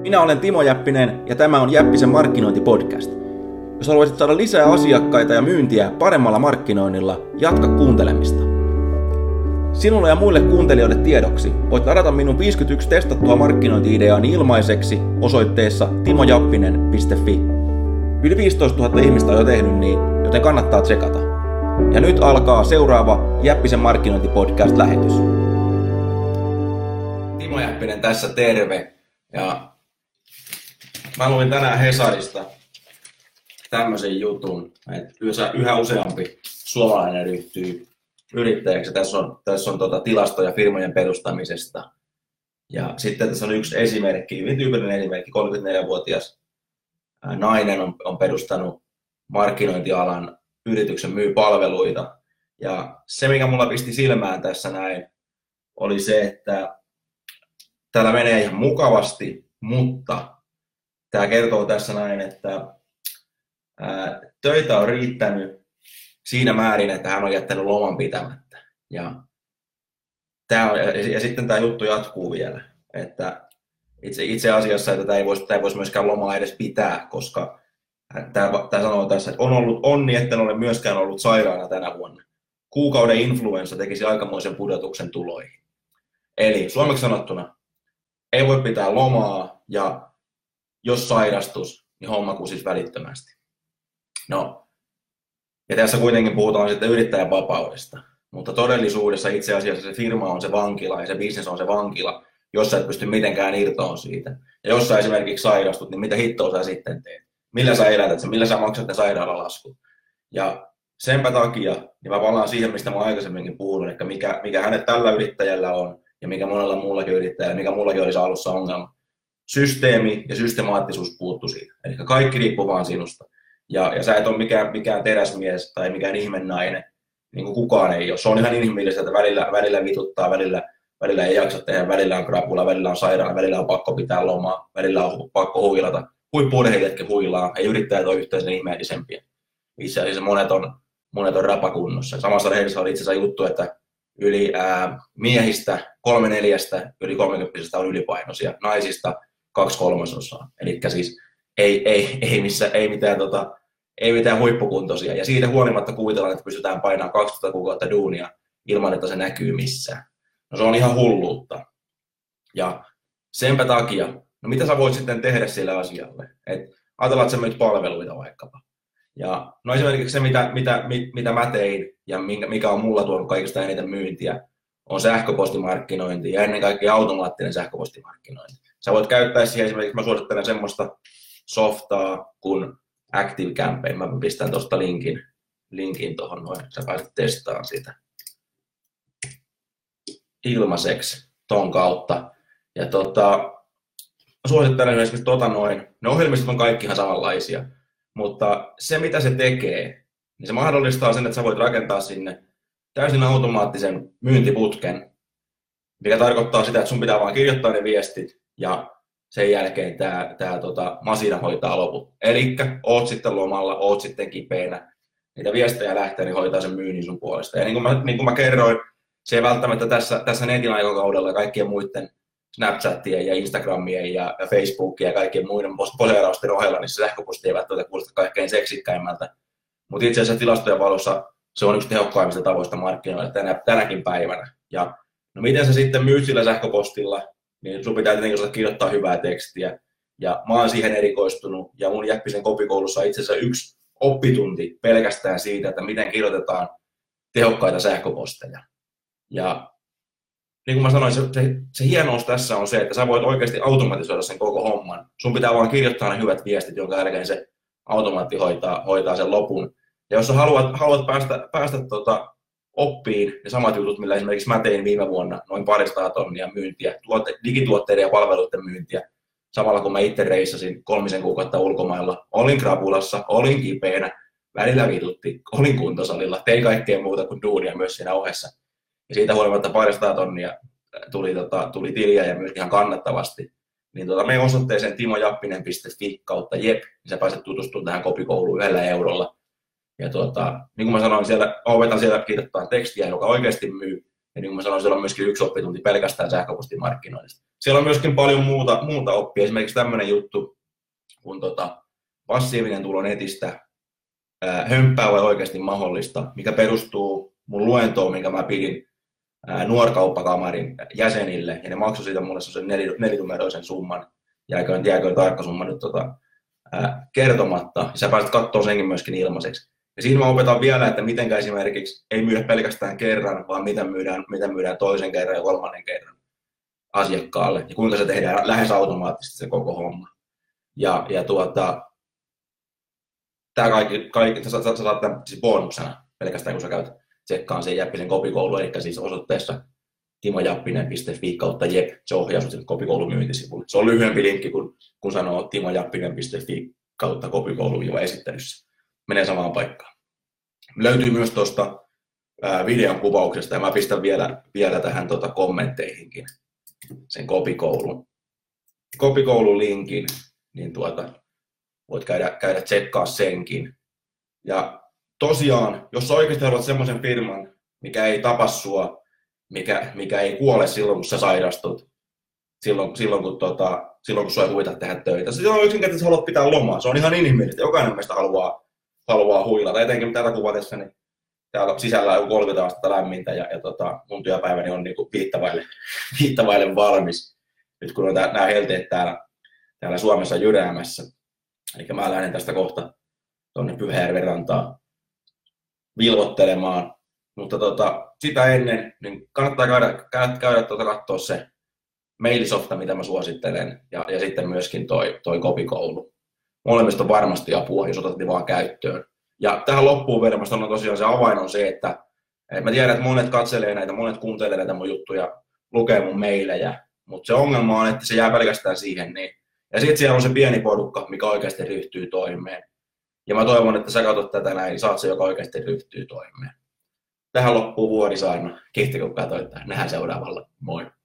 Minä olen Timo Jäppinen ja tämä on Jäppisen markkinointipodcast. Jos haluaisit saada lisää asiakkaita ja myyntiä paremmalla markkinoinnilla, jatka kuuntelemista. Sinulle ja muille kuuntelijoille tiedoksi voit ladata minun 51 testattua markkinointi-ideaani ilmaiseksi osoitteessa timojappinen.fi. Yli 15 000 ihmistä on jo tehnyt niin, joten kannattaa tsekata. Ja nyt alkaa seuraava Jäppisen markkinointipodcast-lähetys. Timo Jäppinen tässä, terve. Ja mä luin tänään Hesarista tämmöisen jutun, että yhä useampi suomalainen ryhtyy yrittäjäksi. Tässä on tilastoja firmojen perustamisesta. Ja sitten tässä on yksi esimerkki, hyvin tyypillinen esimerkki, 34-vuotias nainen on perustanut markkinointialan yrityksen, myy palveluita. Ja se, mikä mulla pisti silmään tässä näin, oli se, että täällä menee ihan mukavasti, mutta tämä kertoo tässä näin, että töitä on riittänyt siinä määrin, että hän on jättänyt loman pitämättä. Ja sitten tämä juttu jatkuu vielä, että itse asiassa että tämä ei voisi myöskään lomaa edes pitää, koska tämä sanoo tässä, että on ollut onni, etten ole myöskään ollut sairaana tänä vuonna. Kuukauden influenssa tekisi aikamoisen pudotuksen tuloihin. Eli suomeksi sanottuna, ei voi pitää lomaa ja jos sairastus, niin homma kusisi välittömästi. No, ja tässä kuitenkin puhutaan sitten yrittäjän vapaudesta, mutta todellisuudessa itse asiassa se firma on se vankila ja se business on se vankila, jos sä et pysty mitenkään irtoon siitä. Ja jos sä esimerkiksi sairastut, niin mitä hittoa sä sitten teet? Millä sä elätät sen? Millä sä maksat ne sairaalalaskut? Ja senpä takia, niin mä palaan siihen, mistä mä aikaisemminkin puhunut, että mikä hänet tällä yrittäjällä on ja mikä monella muullakin yrittäjällä, mikä mullakin olisi alussa ongelma. Systeemi ja systemaattisuus puuttu siitä. Eli kaikki riippuu vaan sinusta. Ja sä et ole mikään teräsmies tai mikään ihmennainen, niin kuin kukaan ei ole. Se on ihan inhimillistä, että välillä vituttaa, välillä ei jaksa tehdä, välillä on krapula, välillä on sairaala, välillä on pakko pitää lomaa, välillä on pakko huilata. Huippu-urheilijatkin huilaa, ei yrittäjät ole yhteisen ihmeellisempiä. Itse asiassa monet on rapakunnossa. Samassa lehdessä oli itse asiassa juttu, että yli miehistä 3/4 yli 30 on ylipainoisia, naisista 2/3. Eli siis ei mitään huippukuntoisia. Ja siitä huolimatta kuvitellaan, että pystytään painamaan 12 kuukautta duunia ilman, että se näkyy missään. No se on ihan hulluutta. Ja senpä takia, no mitä sä voit sitten tehdä sille asialle? Ajatellaan, että sä myyt palveluita vaikkapa. Ja no esimerkiksi se, mitä mä tein ja mikä on mulla tuonut kaikista eniten myyntiä, on sähköpostimarkkinointi ja ennen kaikkea automaattinen sähköpostimarkkinointi. Sä voit käyttää siihen esimerkiksi, mä suosittelen semmoista softaa kuin Active Campaign. Mä pistän tuosta linkin tuohon noin, sä pääset testaamaan sitä ilmaiseksi ton kautta. Ja mä suosittelen esimerkiksi ne ohjelmistot on kaikki ihan samanlaisia, mutta se mitä se tekee, niin se mahdollistaa sen, että sä voit rakentaa sinne täysin automaattisen myyntiputken, mikä tarkoittaa sitä, että sun pitää vaan kirjoittaa ne viestit ja sen jälkeen tää masina hoitaa loput. Elikkä oot sitten lomalla, oot sitten kipeänä, niitä viestejä lähtee, niin hoitaa sen myynnin sun puolesta. Ja niin kuin mä kerroin, se ei välttämättä tässä netin aikakaudella kaikkien muiden Snapchatien ja Instagramien ja Facebookien ja kaikkien muiden poseerausten ohella, niin se sähköposti ei välttämättä kuulosta kaikkein seksikkäimmältä. Mutta itse asiassa tilastojen valossa se on yksi tehokkaimmista tavoista markkinoilla tänäkin päivänä. Ja no miten sä sitten myyt sillä sähköpostilla, niin sun pitää tietenkin osata kirjoittaa hyvää tekstiä. Ja mä oon siihen erikoistunut ja mun Jäppisen kopikoulussa on itse asiassa yksi oppitunti pelkästään siitä, että miten kirjoitetaan tehokkaita sähköposteja. Ja niin kuin mä sanoin, se hienous tässä on se, että sä voit oikeasti automatisoida sen koko homman. Sun pitää vaan kirjoittaa ne hyvät viestit, jonka jälkeen se automaatti hoitaa sen lopun. Ja jos sä haluat päästä oppiin ne samat jutut, millä esimerkiksi mä tein viime vuonna noin 200 tonnia myyntiä, digituotteiden ja palveluiden myyntiä, samalla kun mä itse reissasin 3 kuukautta ulkomailla, olin krapulassa, olin kipeänä, välillä vitutti, olin kuntosalilla, tein kaikkea muuta kuin duunia myös siinä ohessa. Ja siitä huolimatta 200 tonnia tuli tiliä ja myös ihan kannattavasti. Niin meidän osoitteeseen timojappinen.fi/jep, niin sä pääset tutustumaan tähän kopikouluun 1 eurolla. Ja niin kuin mä sanoin, opetan siellä kirjoittaa tekstiä, joka oikeasti myy. Ja niin kuin mä sanoin, siellä on myöskin yksi oppitunti pelkästään sähköpostimarkkinoinnista. siellä on myöskin paljon muuta oppia. Esimerkiksi tämmöinen juttu, kun passiivinen tulo netistä, hömppää vai oikeasti mahdollista, mikä perustuu mun luentoon, minkä mä pidin nuorkauppakamarin jäsenille, ja ne maksoi siitä mulle sen nelinumeroisen summan, jääköön tarkka summa nyt kertomatta, ja sä pääset katsoa senkin myöskin ilmaiseksi. Ja siinä mä opetan vielä, että miten esimerkiksi ei myydä pelkästään kerran, vaan miten myydään toisen kerran ja kolmannen kerran asiakkaalle, ja kuinka se tehdään lähes automaattisesti se koko homma. Ja tämä kaikki sä saat tämän bonuksena, pelkästään kun sä käyt tsekkaan sen Jäppisen kopikoulu, eli siis osoitteessa timojappinen.fi/jep, se ohjaa sinut kopikoulun myyntisivulle. Se on lyhyempi linkki, kun sanoo timojappinen.fi/kopikoulu-esittelyssä. Menee samaan paikkaan. Löytyy myös tuosta videon kuvauksesta, ja mä pistän vielä tähän kommentteihinkin sen kopikoulun linkin, niin voit käydä tsekkaa senkin. Ja tosiaan, jos oikeasti haluat semmoisen firman, mikä ei tapa sua, mikä ei kuole silloin, kun sä sairastut, silloin kun sua ei huvita tehdä töitä. Se on yksinkertaisesti, haluat pitää lomaa. Se on ihan inhimillistä. Jokainen meistä haluaa huilata. Etenkin tätä kuvatessa, niin täällä sisällä on 30 astetta lämmintä ja mun työpäiväni on niin viittavaille valmis. Nyt kun on nämä helteet täällä Suomessa jyräämässä. Eli mä lähden tästä kohta tuonne Pyhäjärven rantaan vilvottelemaan. Mutta sitä ennen niin kannattaa käydä katsoa se mailisofta, mitä mä suosittelen, ja sitten myöskin toi kopikoulu. Molemmista on varmasti apua, jos otat ne vaan käyttöön. Ja tähän loppuun vielä, mä sanon tosiaan se avain on se, että mä tiedän, että monet katselee näitä, monet kuuntelee näitä mun juttuja, lukee mun mailejä, mutta se ongelma on, että se jää pelkästään siihen. Niin. Ja sitten siellä on se pieni porukka, mikä oikeasti ryhtyy toimeen. Ja mä toivon, että sä katsot tätä näin, niin saat se, joka oikeasti ryhtyy toimeen. Tähän loppuu Vuorisaarna. Kiitos kun katsoit. Nähdään seuraavalla. Moi!